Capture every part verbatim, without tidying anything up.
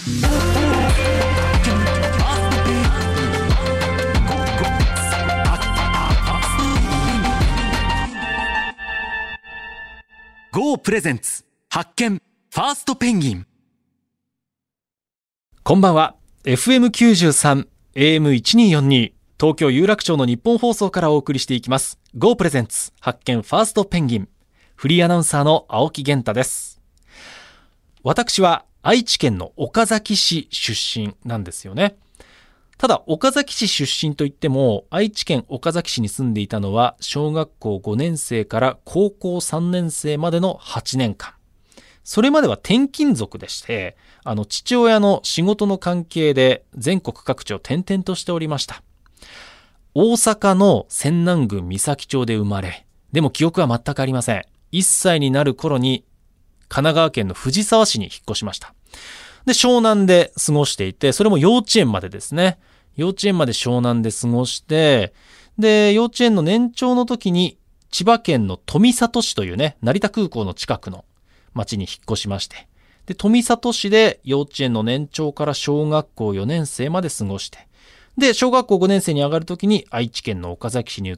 ゴープレゼンツ発見ファーストペンギン。 こんばんは。 エフエムきゅうじゅうさん エーエムせんにひゃくよんじゅうに 東京有楽町の日本放送からお送りしていきます ゴープレゼンツ発見ファーストペンギン。フリーアナウンサーの青木源太です。私は愛知県の岡崎市出身なんですよね。ただ岡崎市出身といっても、愛知県岡崎市に住んでいたのは小学校ごねん生から高校さんねん生までのはちねんかん。それまでは転勤族でして、あの父親の仕事の関係で全国各地を転々としておりました。大阪の泉南郡三崎町で生まれ、でも記憶は全くありません。いっさいになる頃に神奈川県の藤沢市に引っ越しました。で、湘南で過ごしていて、それも幼稚園までですね。幼稚園まで湘南で過ごして、で、幼稚園の年長の時に千葉県の富里市というね、成田空港の近くの町に引っ越しまして、で、富里市で幼稚園の年長から小学校よねん生まで過ごして、で、小学校ごねん生に上がる時に愛知県の岡崎市に移って、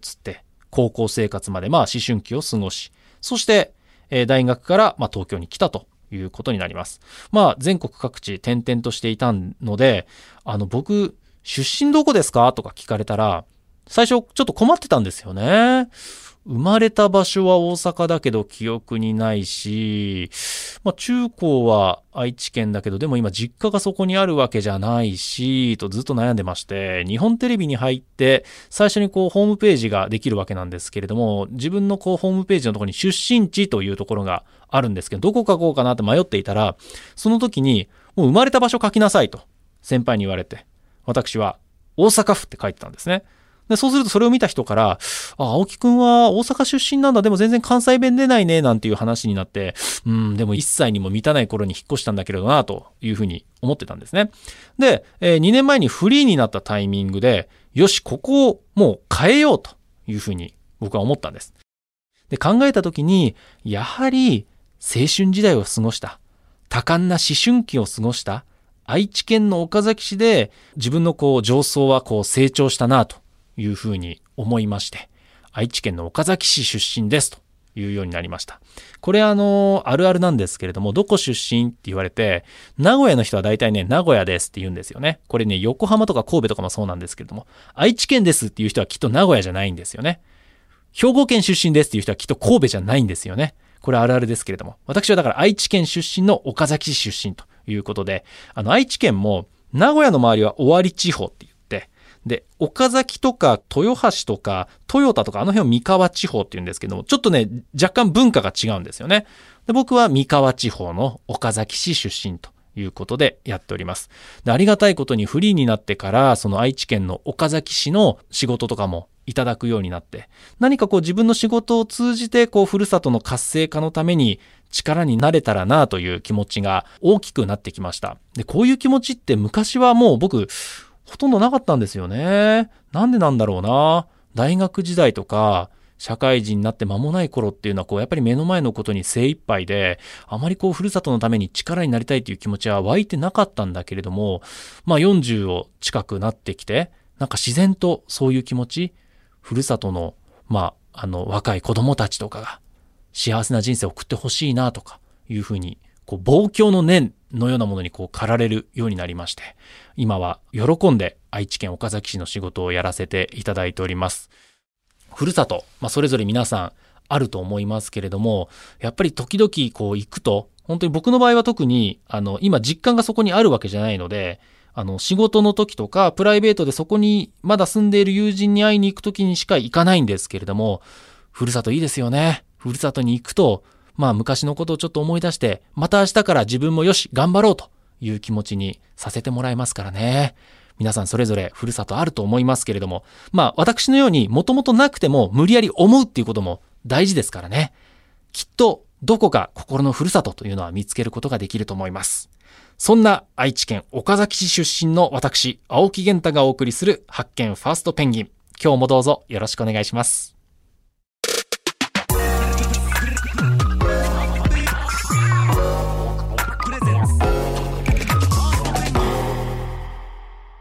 高校生活までまあ思春期を過ごし、そして、えー、大学からまあ東京に来たということになります。まあ全国各地転々としていたので、あの僕、出身どこですかとか聞かれたら、最初ちょっと困ってたんですよね。生まれた場所は大阪だけど記憶にないし、まあ中高は愛知県だけど、でも今実家がそこにあるわけじゃないし、とずっと悩んでまして、日本テレビに入って最初にこうホームページができるわけなんですけれども、自分のこうホームページのところに出身地というところがあるんですけど、どこ書こうかなって迷っていたら、その時にもう生まれた場所書きなさいと先輩に言われて、私は大阪府って書いてたんですね。で、そうするとそれを見た人から、あ、青木くんは大阪出身なんだ、でも全然関西弁出ないね、なんていう話になって、うん、でもいっさいにも満たない頃に引っ越したんだけれどな、というふうに思ってたんですね。で、えー、にねんまえにフリーになったタイミングで、よし、ここをもう変えようというふうに僕は思ったんです。で、考えたときに、やはり青春時代を過ごした、多感な思春期を過ごした、愛知県の岡崎市で自分のこう情操はこう成長したなというふうに思いまして、愛知県の岡崎市出身ですというようになりました。これあのあるあるなんですけれども、どこ出身って言われて、名古屋の人は大体ね、名古屋ですって言うんですよね。これね、横浜とか神戸とかもそうなんですけれども、愛知県ですっていう人はきっと名古屋じゃないんですよね。兵庫県出身ですっていう人はきっと神戸じゃないんですよね。これあるあるですけれども、私はだから愛知県出身の岡崎市出身ということで、あの愛知県も名古屋の周りは尾張地方って言って、で岡崎とか豊橋とか豊田とかあの辺を三河地方って言うんですけども、ちょっとね若干文化が違うんですよね。で僕は三河地方の岡崎市出身ということでやっております。でありがたいことにフリーになってからその愛知県の岡崎市の仕事とかもいただくようになって、何かこう自分の仕事を通じてこうふるさとの活性化のために力になれたらなという気持ちが大きくなってきました。でこういう気持ちって昔はもう僕ほとんどなかったんですよね。なんでなんだろうな。大学時代とか社会人になって間もない頃っていうのはこうやっぱり目の前のことに精一杯で、あまりこうふるさとのために力になりたいという気持ちは湧いてなかったんだけれども、まあよんじゅうを近くなってきて、なんか自然とそういう気持ち、ふるさとのまああの若い子供たちとかが幸せな人生を送ってほしいなとかいうふうにこう望郷の念のようなものにこう駆られるようになりまして、今は喜んで愛知県岡崎市の仕事をやらせていただいております。ふるさと、まあ、それぞれ皆さんあると思いますけれども、やっぱり時々こう行くと、本当に僕の場合は特にあの今実感がそこにあるわけじゃないので、あの仕事の時とかプライベートでそこにまだ住んでいる友人に会いに行く時にしか行かないんですけれども、ふるさといいですよね。ふるさとに行くと、まあ昔のことをちょっと思い出して、また明日から自分もよし頑張ろうという気持ちにさせてもらえますからね。皆さんそれぞれふるさとあると思いますけれども、まあ私のようにもともとなくても無理やり思うっていうことも大事ですからね。きっとどこか心のふるさとというのは見つけることができると思います。そんな愛知県岡崎市出身の私、青木源太がお送りする発見ファーストペンギン。今日もどうぞよろしくお願いします。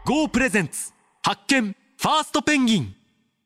ゴープレゼンツ発見ファーストペンギン。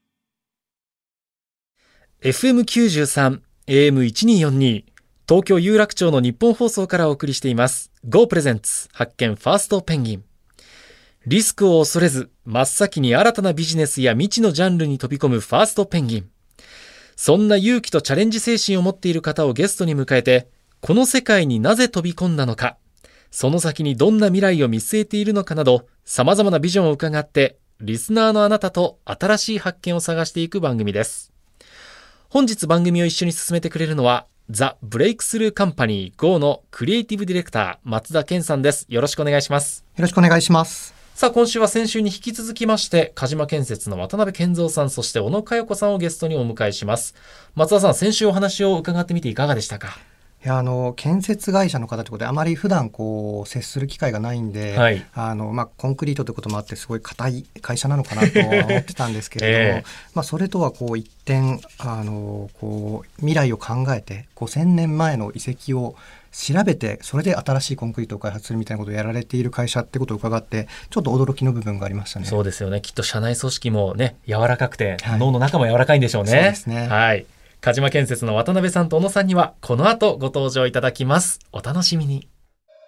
エフエムきゅうじゅうさん エーエムせんにひゃくよんじゅうに 東京有楽町の日本放送からお送りしています ゴープレゼンツ発見ファーストペンギン。リスクを恐れず真っ先に新たなビジネスや未知のジャンルに飛び込むファーストペンギン。そんな勇気とチャレンジ精神を持っている方をゲストに迎えて、この世界になぜ飛び込んだのか、その先にどんな未来を見据えているのかなど、様々なビジョンを伺ってリスナーのあなたと新しい発見を探していく番組です。本日番組を一緒に進めてくれるのはザ・ブレイクスルーカンパニー ゴー のクリエイティブディレクター松田健さんです。よろしくお願いします。 よろしくお願いします。 さあ、今週は先週に引き続きまして鹿島建設の渡辺健三さん、そして小野佳代子さんをゲストにお迎えします。松田さん、先週お話を伺ってみていかがでしたか？ いやあの建設会社の方ということであまり普段こう接する機会がないんで、はい、あのまあ、コンクリートということもあってすごい硬い会社なのかなとは思ってたんですけれども、えーまあ、それとはこう一転あのこう未来を考えてごせんねんまえの遺跡を調べてそれで新しいコンクリートを開発するみたいなことをやられている会社ってことを伺ってちょっと驚きの部分がありましたね。 そうですよね。きっと社内組織もね柔らかくて、はい、脳の中も柔らかいんでしょうね。そうですね。はい。鹿島建設の渡辺さんと小野さんにはこの後ご登場いただきます。お楽しみに。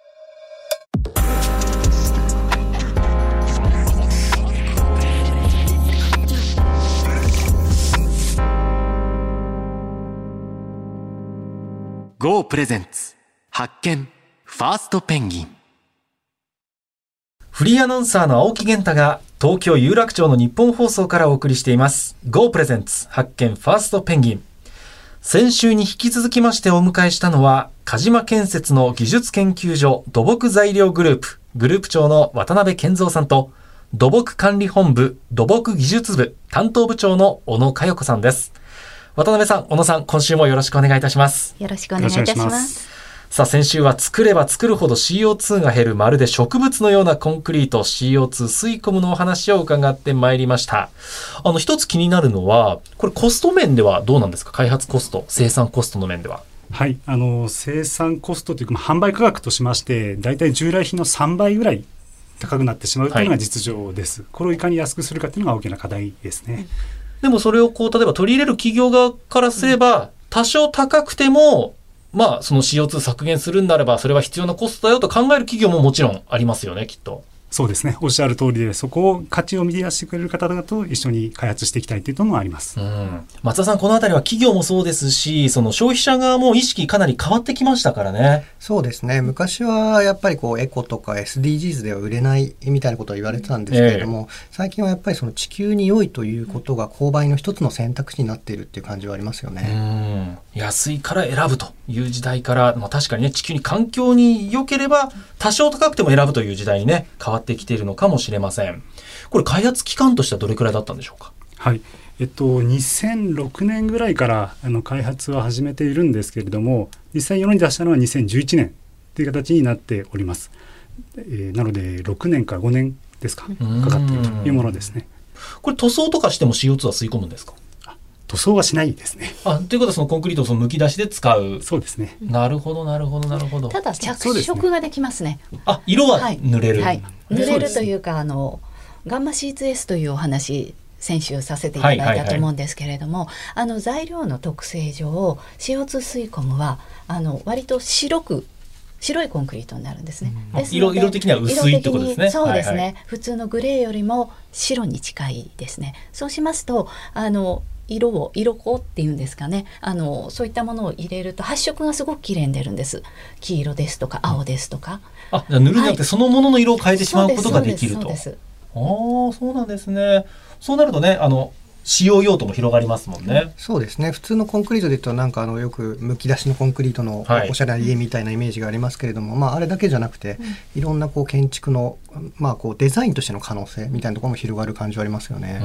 ゴープレゼンツ発見ファーストペンギン。 フリーアナウンサーの青木源太が東京有楽町の日本放送からお送りしています ゴープレゼンツ発見ファーストペンギン。先週に引き続きましてお迎えしたのは鹿島建設の技術研究所土木材料グループグループ長の渡辺健三さんと土木管理本部土木技術部担当部長の小野佳代子さんです。渡辺さん、小野さん、今週もよろしくお願いいたします。 よろしくお願いいたします。 さあ、先週は作れば作るほど シーオーツー が減るまるで植物のようなコンクリート シーオーツー 吸い込むのお話を伺ってまいりました。あの一つ気になるのはこれコスト面ではどうなんですか？開発コスト、生産コストの面では。 はい、あの生産コストというか、まあ、販売価格としましてだいたい従来品のさんばいぐらい高くなってしまうというのが実情です、はい、これをいかに安くするかというのが大きな課題ですね。 でもそれをこう例えば取り入れる企業側からすれば多少高くてもまあその シーオーツー 削減するんであればそれは必要なコストだよと考える企業ももちろんありますよね、きっと。 そうですね、おっしゃる通りでそこを価値を見出してくれる方々と一緒に開発していきたいというのもあります、 うん、松田さん、このあたりは企業もそうですしその消費者側も意識かなり変わってきましたからね。 そうですね、昔はやっぱりこうエコとか エスディージーズ では売れないみたいなことは言われてたんですけれども、えー、最近はやっぱりその地球に良いということが購買の一つの選択肢になっているっていう感じはありますよね。 うん、安いから選ぶという時代から、まあ、確かにね地球に環境に良ければ多少高くても選ぶという時代にね変わってきているのかもしれません。これ開発期間としてはどれくらいだったんでしょうか？ はい、えっと、にせんろくねんぐらいからあの開発は始めているんですけれども実際世に出したのはにせんじゅういちねんという形になっております、えー、なのでろくねんからごねんですかかかっているというものですね。 これ塗装とかしても シーオーツー は吸い込むんですか？ 塗装はしないですね。 あ、ということはそのコンクリートをそのむき出しで使う。 そうですね。 なるほどなるほどなるほど。 ただ着色ができますね。 あ、色は塗れる、 はいはい、塗れるというかあのガンマ シーツーエス というお話先週させていただいたと思うんですけれども、はいはいはい、あの材料の特性上 シーオーツー 吸い込むはあの割と白く白いコンクリートになるんですね、 うん、です色, 色的には薄いってことですね。 そうですね、 はいはい、 普通のグレーよりも白に近いですね。そうしますとあの色を色粉っていうんですかね、あのそういったものを入れると発色がすごく綺麗に出るんです。黄色ですとか青ですとか、 あ、塗るんじゃなくてそのものの色を変えてしまうことができると。そうですそうです。ああ、そうなんですね。そうなるとね、あの使用用途も広がりますもんね、うん、 そうですね。普通のコンクリートで言うとなんかあのよくむき出しのコンクリートのおしゃれな家みたいなイメージがありますけれども、はい、まあ、あれだけじゃなくて、うん、いろんなこう建築の、まあ、こうデザインとしての可能性みたいなところも広がる感じはありますよね。うん、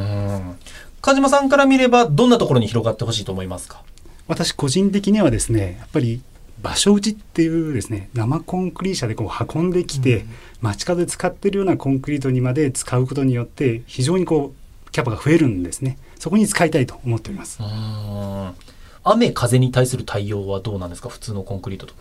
鹿島さんから見ればどんなところに広がってほしいと思いますか？ 私個人的にはですね、やっぱり場所打ちっていうですね、生コンクリ車でこう運んできて、うん、街角で使っているようなコンクリートにまで使うことによって非常にこうキャパが増えるんですね。そこに使いたいと思っております。 うん、雨風に対する対応はどうなんですか？普通のコンクリートと比べて。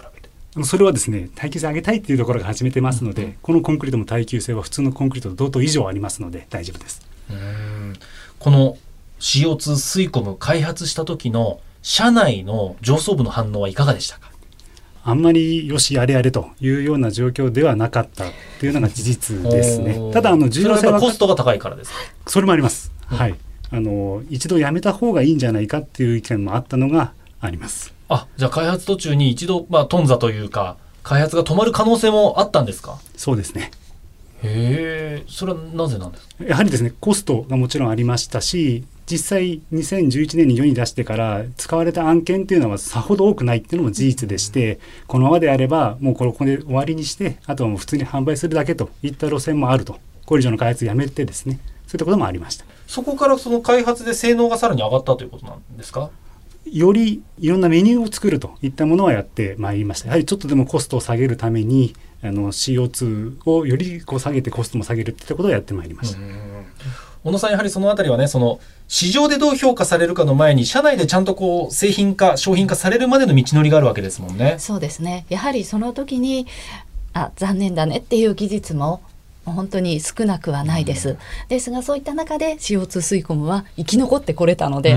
それはですね、耐久性上げたいっていうところが始めてますので、うん、このコンクリートも耐久性は普通のコンクリートと同等以上ありますので大丈夫です。 うーん、この シーオーツー 吸い込む開発した時の社内の上層部の反応はいかがでしたか？ あんまりよしやれやれというような状況ではなかったというのが事実ですね。ただあの重要性はコストが高いからですか？ それもあります、 うん、 はい、あの一度やめた方がいいんじゃないかっていう意見もあったのがあります。 あ、じゃあ開発途中に一度、まあ、頓挫というか開発が止まる可能性もあったんですか？ そうですね。 へえ、それはなぜなんですか？ やはりですね、コストがもちろんありましたし、実際にせんじゅういちねんに世に出してから使われた案件っていうのはさほど多くないっていうのも事実でして、このままであればもうここで終わりにして、あとはもう普通に販売するだけといった路線もあると、これ以上の開発やめてですね、そういったこともありました。 そこからその開発で性能がさらに上がったということなんですか？ よりいろんなメニューを作るといったものはやってまいりました。やはりちょっとでもコストを下げるためにあの シーオーツー をよりこう下げてコストも下げるといったことをやってまいりました。 小野さん、やはりそのあたりはね、その市場でどう評価されるかの前に社内でちゃんとこう製品化商品化されるまでの道のりがあるわけですもんね。 そうですね。やはりその時にあ残念だねっていう技術も本当に少なくはないです、うん、ですがそういった中で シーオーツー 吸い込むは生き残ってこれたので、うん、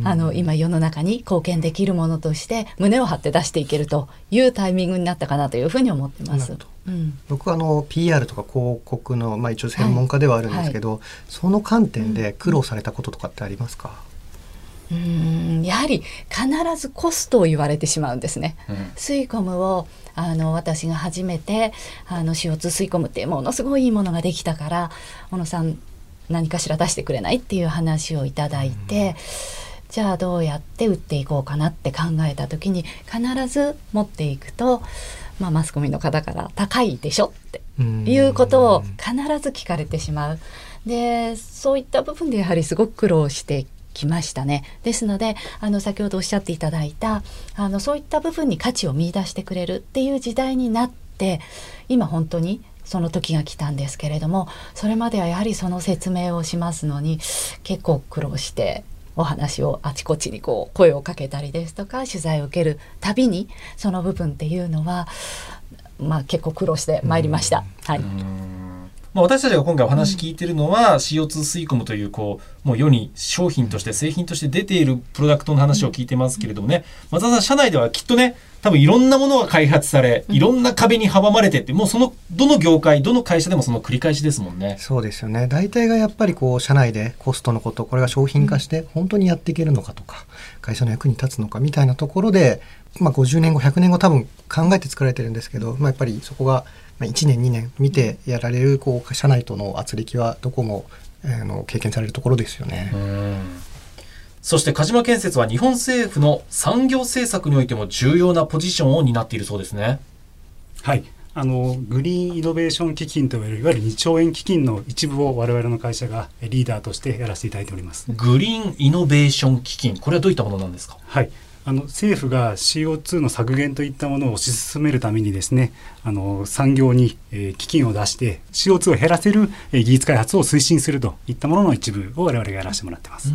あの今世の中に貢献できるものとして胸を張って出していけるというタイミングになったかなというふうに思ってます。うん、 僕はあの ピーアール とか広告の、まあ、一応専門家ではあるんですけど、はいはい、その観点で苦労されたこととかってありますか？ うーんやはり必ずコストを言われてしまうんですね、うん、吸い込むをあの私が初めてあの シーオーツー 吸い込むってものすごいいいものができたから小野さん何かしら出してくれないっていう話をいただいて、うん、じゃあどうやって売っていこうかなって考えた時に必ず持っていくと、まあ、マスコミの方から高いでしょっていうことを必ず聞かれてしまう。でそういった部分でやはりすごく苦労してきましたね。ですのであの先ほどおっしゃっていただいたあのそういった部分に価値を見出してくれるっていう時代になって今本当にその時が来たんですけれども、それまではやはりその説明をしますのに結構苦労してお話をあちこちにこう声をかけたりですとか取材を受けるたびにその部分っていうのは、まあ、結構苦労してまいりました。はい、 まあ、私たちが今回お話聞いているのは、うん、シーオーツー 吸い込むというこうもう世に商品として製品として出ているプロダクトの話を聞いてますけれどもね、松田さん社内ではきっとね多分いろんなものが開発されいろんな壁に阻まれてってもうそのどの業界どの会社でもその繰り返しですもんね。 そうですよね。大体がやっぱりこう社内でコストのことこれが商品化して本当にやっていけるのかとか会社の役に立つのかみたいなところで、まあ、ごじゅうねんごひゃくねんご多分考えて作られてるんですけど、まあ、やっぱりそこがいちねんにねん見てやられるこう社内との圧力はどこも、えー、の経験されるところですよね。 うん、そして鹿島建設は日本政府の産業政策においても重要なポジションを担っているそうですね。 はい、あのグリーンイノベーション基金といわれるいわゆるにちょうえん基金の一部を我々の会社がリーダーとしてやらせていただいております。 グリーンイノベーション基金、これはどういったものなんですか？ はい、あの政府が シーオーツー の削減といったものを推し進めるためにですね、あの産業に、えー、基金を出して シーオーツー を減らせる、えー、技術開発を推進するといったものの一部を我々がやらせてもらってます。 うん、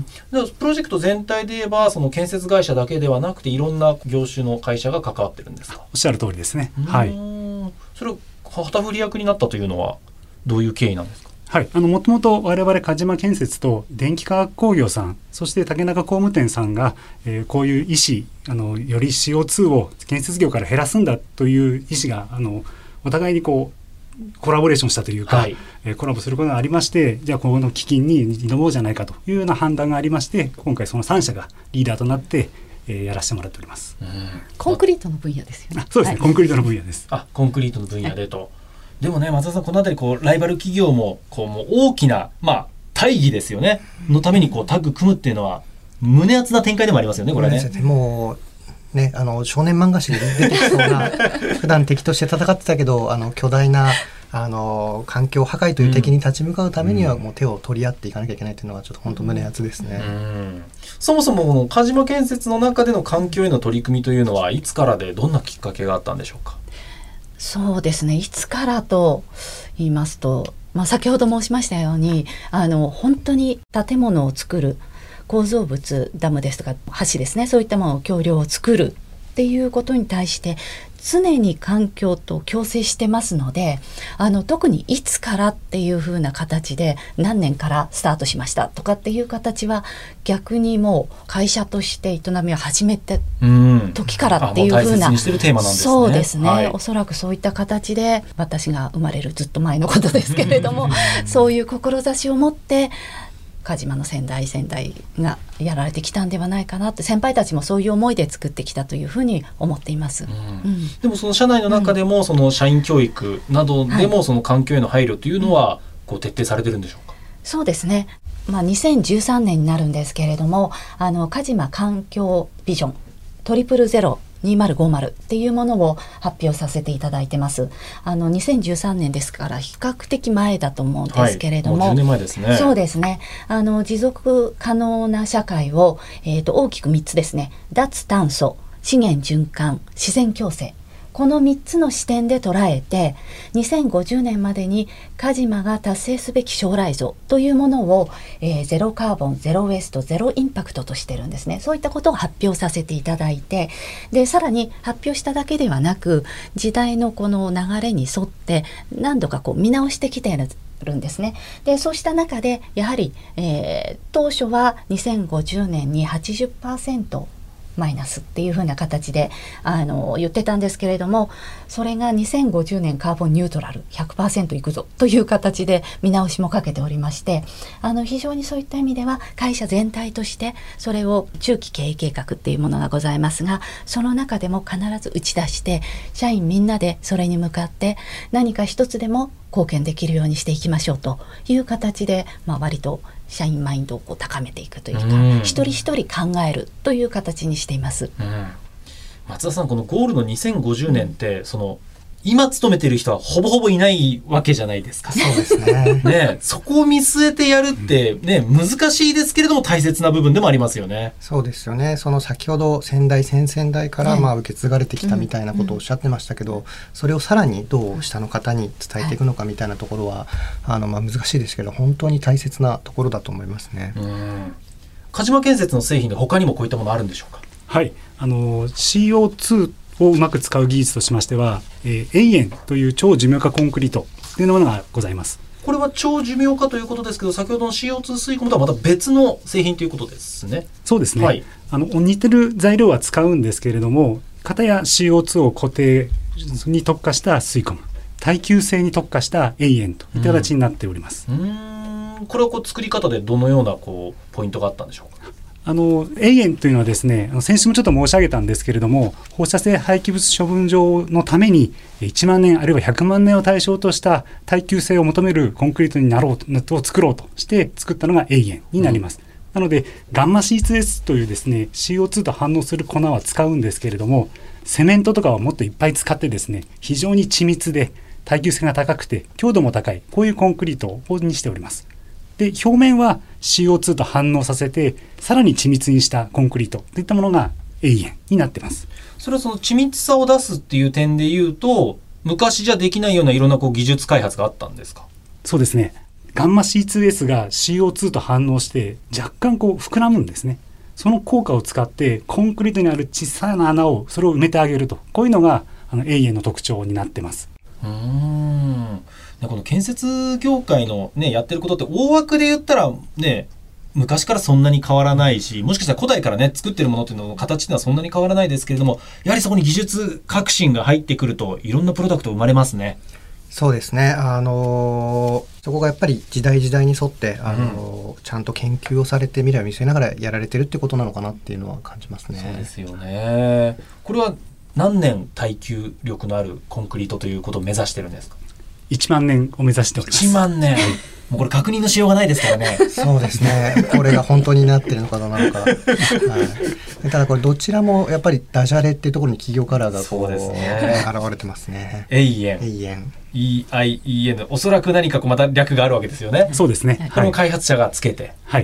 でプロジェクト全体で言えばその建設会社だけではなくていろんな業種の会社が関わってるんですか？ おっしゃる通りですね。はい、 それを旗振り役になったというのはどういう経緯なんですか？ はい、あのもともと我々鹿島建設と電気化学工業さんそして竹中工務店さんが、えー、こういう意思あのより シーオーツー を建設業から減らすんだという意思があのお互いにこうコラボレーションしたというか、はい、えー、コラボすることがありまして、じゃあこの基金に挑もうじゃないかというような判断がありまして、今回そのさん社がリーダーとなって、えー、やらせてもらっております。 うん、コンクリートの分野ですよね。 あ、そうですね、はい、コンクリートの分野です。 あ、コンクリートの分野でと、はい、でもね松田さんこのあたりこうライバル企業もこうもう大きな、まあ、大義ですよねのためにこうタッグ組むっていうのは胸熱な展開でもありますよね。これねもうねあの少年漫画誌で出てきそうな普段敵として戦ってたけどあの巨大なあの環境破壊という敵に立ち向かうためにはもう手を取り合っていかなきゃいけないというのはちょっと本当胸熱ですね。うん、 そもそもこの鹿島建設の中での環境への取り組みというのはいつからでどんなきっかけがあったんでしょうか？ そうですね、いつからと言いますと、まあ、先ほど申しましたようにあの本当に建物を作る構造物ダムですとか橋ですねそういったものを橋梁を作るっていうことに対して常に環境と共生してますので、あの特にいつからっていう風な形で何年からスタートしましたとかっていう形は逆にもう会社として営みを始めて時からっていう風な、そうですね、はい、おそらくそういった形で私が生まれるずっと前のことですけれどもそういう志を持って鹿島の先代先代がやられてきたんではないかなって、先輩たちもそういう思いで作ってきたというふうに思っています、うんうん、でもその社内の中でも、その社員教育などでもその環境への配慮というのはこう徹底されてるんでしょうか。 そうですね、まあ、にせんじゅうさんねんになるんですけれども、あの鹿島環境ビジョントリプルゼロにせんごじゅうっていうものを発表させていただいてます。あのにせんじゅうさんねんですから比較的前だと思うんですけれども、 はい、もうじゅうねんまえですね。 そうですね、あの持続可能な社会を、えーと、大きくみっつですね、脱炭素、資源循環、自然共生、このみっつの視点で捉えてにせんごじゅうねんまでに鹿島が達成すべき将来像というものを、えー、ゼロカーボン、ゼロウェスト、ゼロインパクトとしてるんですね。そういったことを発表させていただいて、でさらに発表しただけではなく時代のこの流れに沿って何度かこう見直してきているんですね。でそうした中でやはり、えー、当初はにせんごじゅうねんに はちじゅっパーセントマイナスっていう風な形であの言ってたんですけれども、それがにせんごじゅうねんカーボンニュートラル ひゃくパーセント いくぞという形で見直しもかけておりまして、あの非常にそういった意味では会社全体としてそれを中期経営計画っていうものがございますが、その中でも必ず打ち出して社員みんなでそれに向かって何か一つでも貢献できるようにしていきましょうという形で、まあ、割と社員マインドをこう高めていくというか、うん、一人一人考えるという形にしています、うん、 松田さん、このゴールのにせんごじゅうねんって、うん、その今勤めている人はほぼほぼいないわけじゃないですか。 そうですね。 ね、そこを見据えてやるって、ね、難しいですけれども大切な部分でもありますよね。 そうですよね。その先ほど先代先々代からまあ受け継がれてきたみたいなことをおっしゃってましたけど、うんうん、それをさらにどう下の方に伝えていくのかみたいなところは、はい、あのまあ難しいですけど本当に大切なところだと思いますね。うん、 鹿島建設の製品で他にもこういったものあるんでしょうか。 はい、あの シーオーツーをうまく使う技術としましては、えー、エイエンという超寿命化コンクリートというものがございます。 これは超寿命化ということですけど、先ほどの シーオーツー 吸い込むとはまた別の製品ということですね。 そうですね、はい、あの似てる材料は使うんですけれども、片や シーオーツー を固定に特化した吸い込む、耐久性に特化したエイエンといった形になっております。 うん、うーん、これはこう作り方でどのようなこうポイントがあったんでしょうか。 あのエイエンというのはですね、先週もちょっと申し上げたんですけれども、放射性廃棄物処分場のためにいちまんねんあるいはひゃくまんねんを対象とした耐久性を求めるコンクリートになろうとを作ろうとして作ったのがエイエンになります、うん、なのでガンマ シーツーエス というですね シーオーツー と反応する粉は使うんですけれども、セメントとかはもっといっぱい使ってですね、非常に緻密で耐久性が高くて強度も高い、こういうコンクリートにしております。で表面は シーオーツー と反応させてさらに緻密にしたコンクリートといったものがエイエンになってます。 それはその緻密さを出すっていう点でいうと、昔じゃできないようないろんなこう技術開発があったんですか。 そうですね、ガンマ シーツーエス が シーオーツー と反応して若干こう膨らむんですね。その効果を使ってコンクリートにある小さな穴をそれを埋めてあげると、こういうのがあのエイエンの特徴になってます。 うーん、この建設業界の、ね、やってることって大枠で言ったら、ね、昔からそんなに変わらないし、もしかしたら古代から、ね、作ってるものっていうのの形っていうのはそんなに変わらないですけれども、やはりそこに技術革新が入ってくるといろんなプロダクト生まれますね。 そうですね、あのー、そこがやっぱり時代時代に沿って、あのーうん、ちゃんと研究をされて未来を見据えながらやられてるってことなのかなっていうのは感じますね。 そうですよね。これは何年耐久力のあるコンクリートということを目指してるんですか。 いちまんねんを目指しております。 いちまんねんもうこれ確認のしようがないですからね。 そうですね、これが本当になってるのかどうなのか、はい、ただこれどちらもやっぱりダジャレっていうところに企業カラーがこう、そうですね、現れてますね。 エイエン、 エイエンイーアイイーエヌ、 おそらく何かこうまた略があるわけですよね。 そうですね、 これも開発者がつけて、 はい、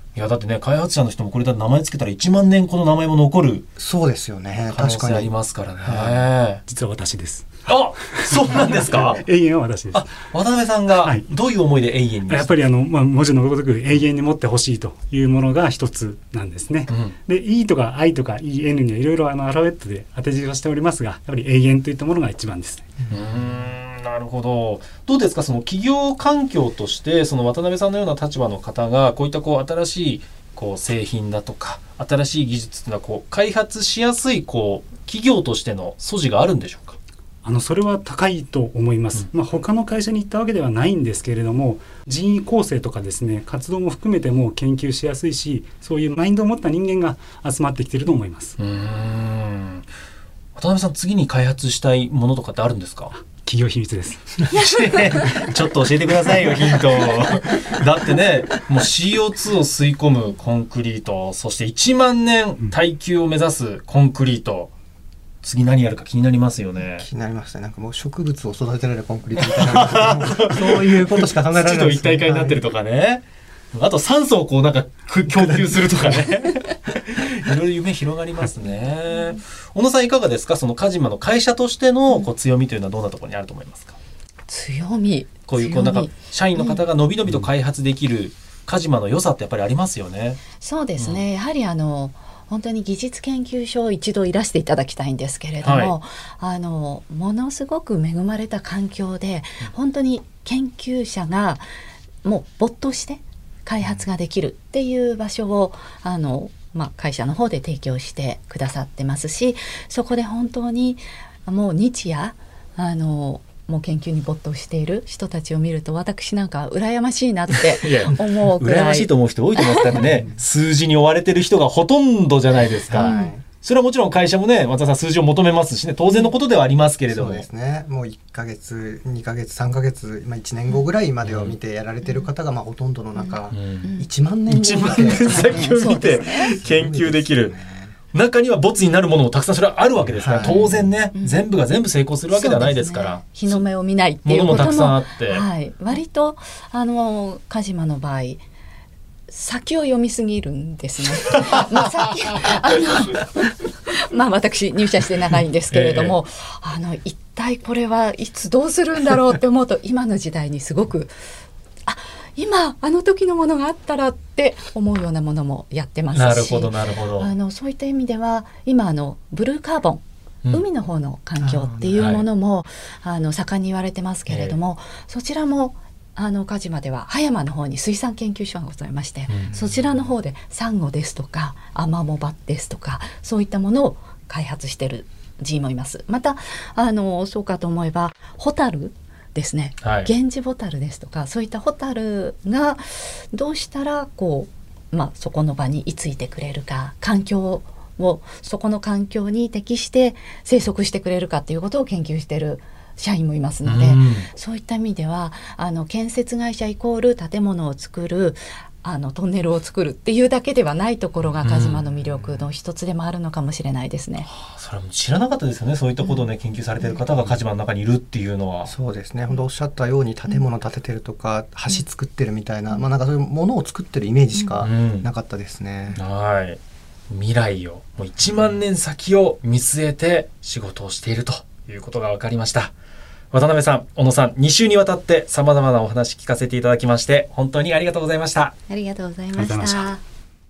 いやだってね、開発者の人もこれだと名前つけたらいちまんねんこの名前も残るそうですよね。 可能性ありますからね。 はい、実は私です。 あ、そうなんですか。 永遠は私です。 あ、渡辺さんがどういう思いで永遠に、 はい、やっぱりあの、まあ、文字のごとく永遠に持ってほしいというものが一つなんですね、うん、で E とか I とか イーエヌ にはいろいろあのアルファベットで当て字をしておりますが、やっぱり永遠といったものが一番ですね。 うーん、なるほど。どうですか、その企業環境としてその渡辺さんのような立場の方がこういったこう新しいこう製品だとか新しい技術というのはこう開発しやすいこう企業としての素地があるんでしょうか。 あのそれは高いと思います、うん、まあ、他の会社に行ったわけではないんですけれども、人員構成とかですね、活動も含めても研究しやすいし、そういうマインドを持った人間が集まってきていると思います。 うーん、渡辺さん、次に開発したいものとかってあるんですか。 企業秘密ですちょっと教えてくださいよ、ヒントだってね、もう シーオーツー を吸い込むコンクリート、そしていちまんねん耐久を目指すコンクリート、次何やるか気になりますよね。 気になりますね。なんかもう植物を育てられるコンクリートみたいなそういうことしか考えられないです、ね、 土と一体化になってるとかね、はい、あと酸素をこうなんか供給するとかねいろいろ夢広がりますね。小野さん、いかがですか。そのカジマの会社としてのこう強みというのはどんなところにあると思いますか。 強み、 こういうこうなんか社員の方がのびのびと開発できるカジマの良さってやっぱりありますよね。 そうですね、うん、やはりあの本当に技術研究所を一度いらしていただきたいんですけれども、はい、あのものすごく恵まれた環境で本当に研究者がもう没頭して開発ができるっていう場所をあの、まあ、会社の方で提供してくださってますし、そこで本当にもう日夜あのもう研究に没頭している人たちを見ると、私なんか羨ましいなって思うくらい羨ましいと思う人多いと思いますからね数字に追われてる人がほとんどじゃないですか、はい、それはもちろん会社もね、松田さん数字を求めますしね、当然のことではありますけれども、 そうですね、もういっかげつにかげつさんかげつ、まあ、いちねんごぐらいまでを見てやられてる方がまあほとんどの中、うん、いちまんねんごいちまんねん先を見て研究できる、中にはボツになるものもたくさんそれはあるわけですから、はい、当然ね、うん、全部が全部成功するわけではないですから、ね、 日の目を見ないっていうこともものもたくさんあって、 はい、割とあのカジマの場合先を読みすぎるんですねまあ先あのまあ私入社して長いんですけれども、えー、あの一体これはいつどうするんだろうって思うと今の時代にすごくあ今あの時のものがあったらって思うようなものもやってますし、 なるほどなるほど、 あのそういった意味では今あのブルーカーボン、うん、海の方の環境っていうものも、あ、はい、あの盛んに言われてますけれども、えー、そちらもあのカジマでは葉山の方に水産研究所がございまして、うん、そちらの方でサンゴですとかアマモバですとかそういったものを開発している人員もいます。またあのそうかと思えばホタルですね、はい、ゲンジボタルですとかそういったホタルがどうしたらこう、まあ、そこの場に居ついてくれるか、環境をそこの環境に適して生息してくれるかということを研究している社員もいますので、うん、そういった意味ではあの建設会社イコール建物を作るあのトンネルを作るっていうだけではないところがカジマの魅力の一つでもあるのかもしれないですね、 うん、それは知らなかったですよね。そういったことをね、うん、研究されている方がカジマの中にいるっていうのは。 そうですね、本当おっしゃったように建物建ててるとか、うん、橋作ってるみたいな、まあ、なんかそういうものを作ってるイメージしかなかったですね、 うん、はい、未来をもういちまんねん先を見据えて仕事をしているということが分かりました。渡辺さん、小野さん、に週にわたって様々なお話聞かせていただきまして本当にありがとうございました。 ありがとうございました。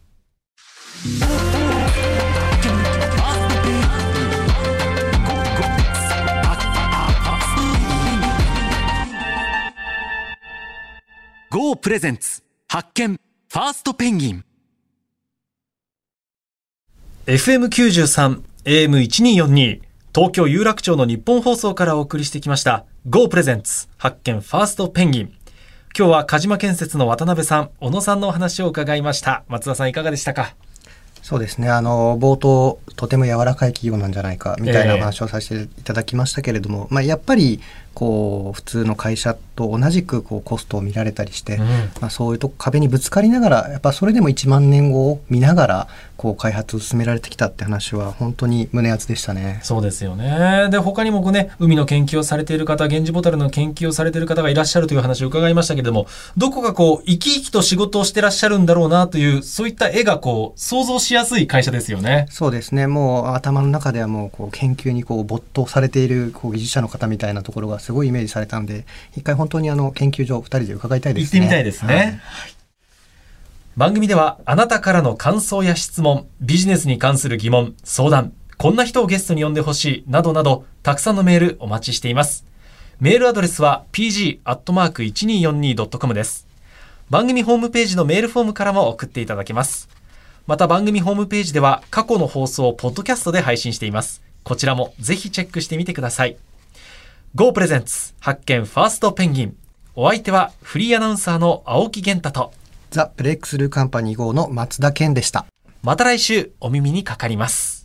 ゴープレゼンツ発見ファーストペンギンエフエムきゅうじゅうさん エーエムせんにひゃくよんじゅうに 東京有楽町の日本放送からお送りしてきました ゴー プレゼンツ発見ファーストペンギン。今日は鹿島建設の渡辺さん、小野さんのお話を伺いました。松田さん、いかがでしたか。 そうですね、あの冒頭とても柔らかい企業なんじゃないかみたいな話をさせていただきましたけれども、えーまあ、やっぱりこう普通の会社と同じくこうコストを見られたりして、うん、まあ、そういうと壁にぶつかりながらやっぱそれでもいちまんねんごを見ながらこう開発を進められてきたって話は本当に胸熱でしたね。 そうですよね。で他にもこう、ね、海の研究をされている方、ゲンジボタルの研究をされている方がいらっしゃるという話を伺いましたけれども、どこかこう生き生きと仕事をしてらっしゃるんだろうなというそういった絵がこう想像しやすい会社ですよね。 そうですね。もう頭の中ではもうこう研究にこう没頭されているこう技術者の方みたいなところがすごいイメージされたので、一回本当にあの研究所ふたりで伺いたいですね。 行ってみたいですね、はい。番組ではあなたからの感想や質問、ビジネスに関する疑問、相談、こんな人をゲストに呼んでほしいなどなどたくさんのメールお待ちしています。メールアドレスは ピージー アットマーク いちにーよんにー ドットコム です。番組ホームページのメールフォームからも送っていただけます。また番組ホームページでは過去の放送をポッドキャストで配信しています。こちらもぜひチェックしてみてください。 Go プレゼンツ発見ファーストペンギン。お相手はフリーアナウンサーの青木源太とザ・ブレイクスルーカンパニー ゴー の松田健でした。 また来週お耳にかかります。